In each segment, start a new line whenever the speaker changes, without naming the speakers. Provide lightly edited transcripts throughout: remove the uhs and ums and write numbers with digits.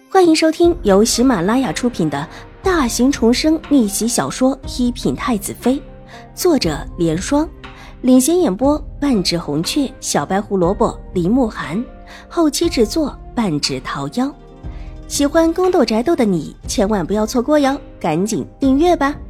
欢迎收听由喜马拉雅出品的大型重生逆袭小说《一品太子妃》，作者莲霜，领衔演播半指红雀、小白胡萝卜、林慕寒，后期制作半指桃夭。喜欢宫斗宅斗的你千万不要错过哟，赶紧订阅吧。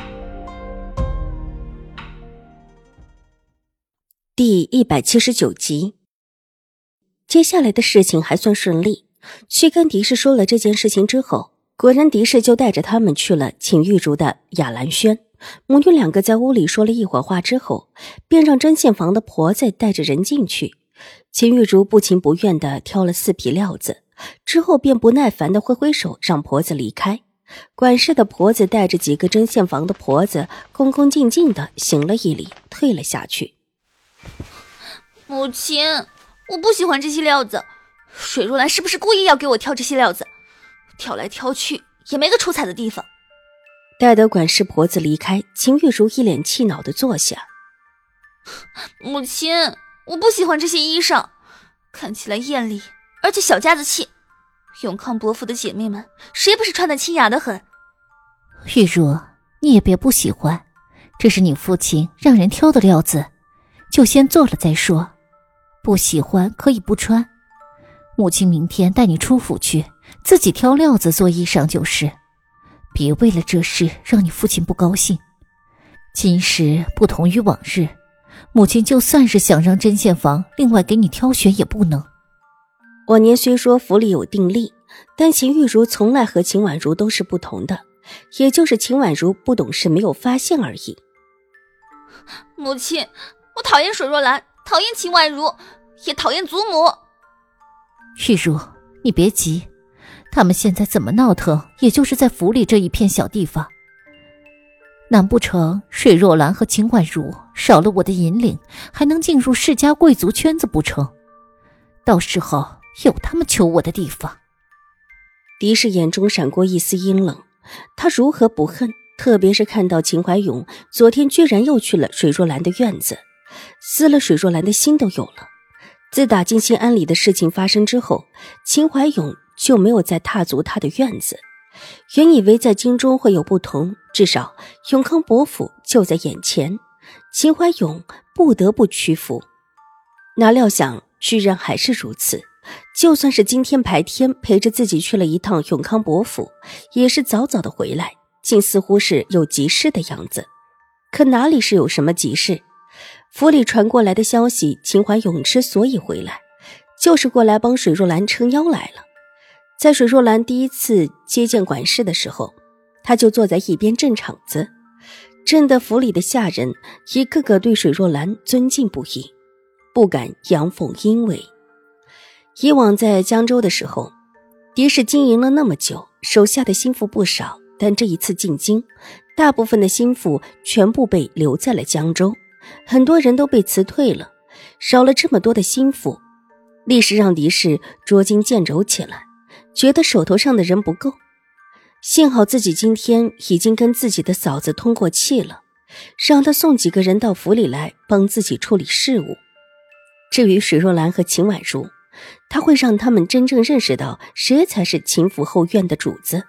第179集。接下来的事情还算顺利，去跟狄氏说了这件事情之后，果然狄氏就带着他们去了秦玉茹的雅兰轩。母女两个在屋里说了一会儿话之后，便让针线房的婆子带着人进去。秦玉茹不情不愿地挑了4匹料子，之后便不耐烦地挥挥手让婆子离开。管事的婆子带着几个针线房的婆子恭恭敬敬地行了一礼，退了下去。
母亲，我不喜欢这些料子，水若兰是不是故意要给我挑这些料子？挑来挑去也没个出彩的地方。
待得管事婆子离开，秦玉茹一脸气恼地坐下。
母亲，我不喜欢这些衣裳，看起来艳丽，而且小家子气。永康伯府的姐妹们，谁不是穿得清雅得很？
玉茹，你也别不喜欢，这是你父亲让人挑的料子，就先做了再说。不喜欢可以不穿，母亲明天带你出府去，自己挑料子做衣裳就是。别为了这事让你父亲不高兴。今时不同于往日，母亲就算是想让针线房另外给你挑选也不能。
往年虽说府里有定例，但秦玉茹从来和秦婉如都是不同的，也就是秦婉如不懂事没有发现而已。
母亲，我讨厌水若兰，讨厌秦婉如，也讨厌祖母。
玉茹，你别急，他们现在怎么闹腾，也就是在府里这一片小地方。难不成水若兰和秦婉如少了我的引领，还能进入世家贵族圈子不成？到时候有他们求我的地方。
狄氏眼中闪过一丝阴冷，他如何不恨？特别是看到秦怀勇昨天居然又去了水若兰的院子，撕了水若兰的心都有了。自打静心庵里的事情发生之后，秦怀勇就没有再踏足他的院子。原以为在京中会有不同，至少永康伯府就在眼前，秦怀勇不得不屈服。哪料想居然还是如此，就算是今天白天陪着自己去了一趟永康伯府，也是早早的回来，竟似乎是有急事的样子。可哪里是有什么急事？府里传过来的消息，秦怀勇之所以回来，就是过来帮水若兰撑腰来了。在水若兰第一次接见管事的时候，他就坐在一边镇场子，震得府里的下人一个个对水若兰尊敬不已，不敢阳奉阴违。以往在江州的时候，狄氏经营了那么久，手下的心腹不少，但这一次进京，大部分的心腹全部被留在了江州，很多人都被辞退了，少了这么多的心腹，立时让狄氏捉襟见肘起来，觉得手头上的人不够。幸好自己今天已经跟自己的嫂子通过气了，让她送几个人到府里来帮自己处理事务。至于水若兰和秦婉如，他会让他们真正认识到谁才是秦府后院的主子。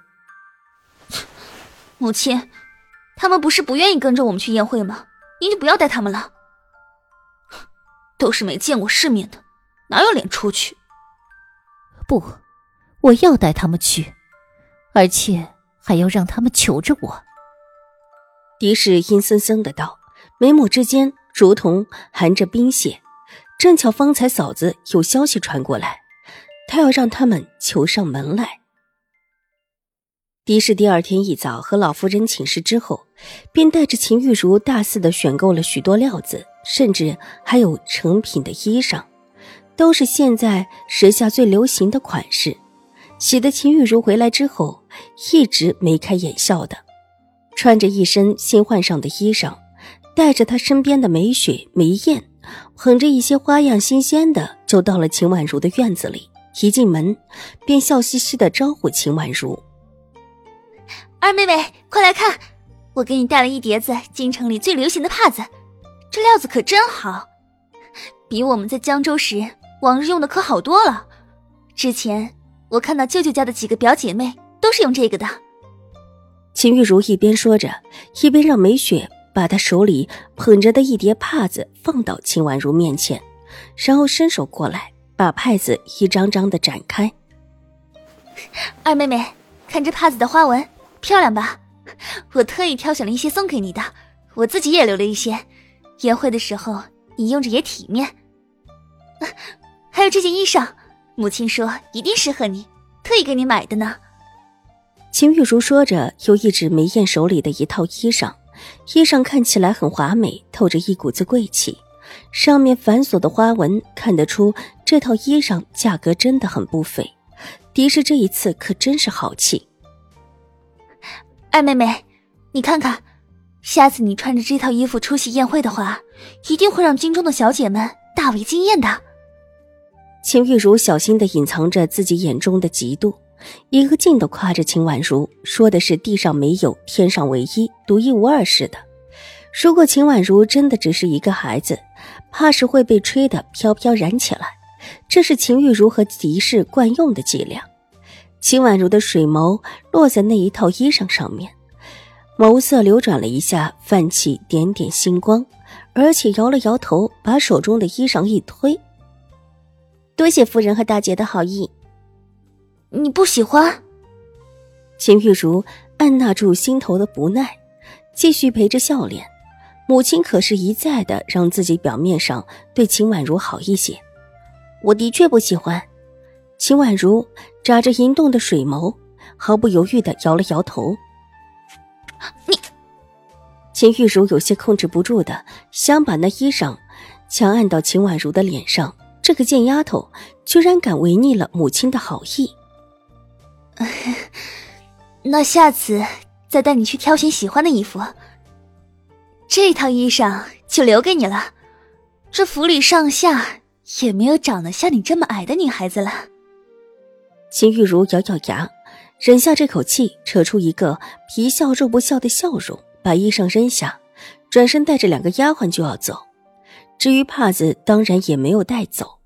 母亲，他们不是不愿意跟着我们去宴会吗？您就不要带他们了。都是没见过世面的，哪有脸出去？
不，我要带他们去，而且还要让他们求着我。
狄氏阴森森的道，眉目之间如同含着冰血。正巧方才嫂子有消息传过来，她要让他们求上门来。狄氏第二天一早和老夫人请示之后，便带着秦玉茹大肆的选购了许多料子，甚至还有成品的衣裳，都是现在时下最流行的款式，喜得秦玉茹回来之后一直眉开眼笑的，穿着一身新换上的衣裳，带着她身边的梅雪、梅燕，捧着一些花样新鲜的，就到了秦婉如的院子里。一进门便笑嘻嘻地招呼秦婉如：
二妹妹，快来看，我给你带了一叠子京城里最流行的帕子，这料子可真好，比我们在江州时往日用的可好多了。之前我看到舅舅家的几个表姐妹都是用这个的。
秦玉茹一边说着，一边让梅雪把她手里捧着的一叠帕子放到秦婉如面前，然后伸手过来，把帕子一张张地展开。
二妹妹，看这帕子的花纹，漂亮吧？我特意挑选了一些送给你的，我自己也留了一些，宴会的时候你用着也体面。还有这件衣裳，母亲说一定适合你，特意给你买的呢。
秦玉茹说着，又一指梅艳手里的一套衣裳，衣裳看起来很华美，透着一股子贵气，上面繁琐的花纹看得出这套衣裳价格真的很不菲。狄氏这一次可真是豪气。
二妹妹，你看看，下次你穿着这套衣服出席宴会的话，一定会让军中的小姐们大为惊艳的。
秦玉茹小心地隐藏着自己眼中的嫉妒，一个劲地夸着秦婉如，说的是地上没有，天上唯一，独一无二似的。如果秦婉如真的只是一个孩子，怕是会被吹得飘飘然起来。这是秦玉茹和狄氏惯用的伎俩。秦婉如的水眸落在那一套衣裳上面，眸色流转了一下，泛起点点星光，而且摇了摇头，把手中的衣裳一推。多谢夫人和大姐的好意。
你不喜欢？
秦玉茹按捺住心头的不耐，继续陪着笑脸。母亲可是一再的让自己表面上对秦婉如好一些。我的确不喜欢。秦婉如眨着淫动的水眸，毫不犹豫地摇了摇头。
你……
秦玉茹有些控制不住的想把那衣裳强按到秦婉如的脸上，这个贱丫头居然敢违逆了母亲的好意。
那下次再带你去挑选喜欢的衣服，这套衣裳就留给你了。这府里上下也没有长得像你这么矮的女孩子了。
秦玉茹咬咬牙，忍下这口气，扯出一个皮笑肉不笑的笑容，把衣裳扔下，转身带着2个丫鬟就要走。至于帕子，当然也没有带走。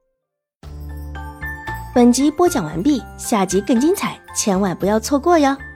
本集播讲完毕，下集更精彩，千万不要错过哟。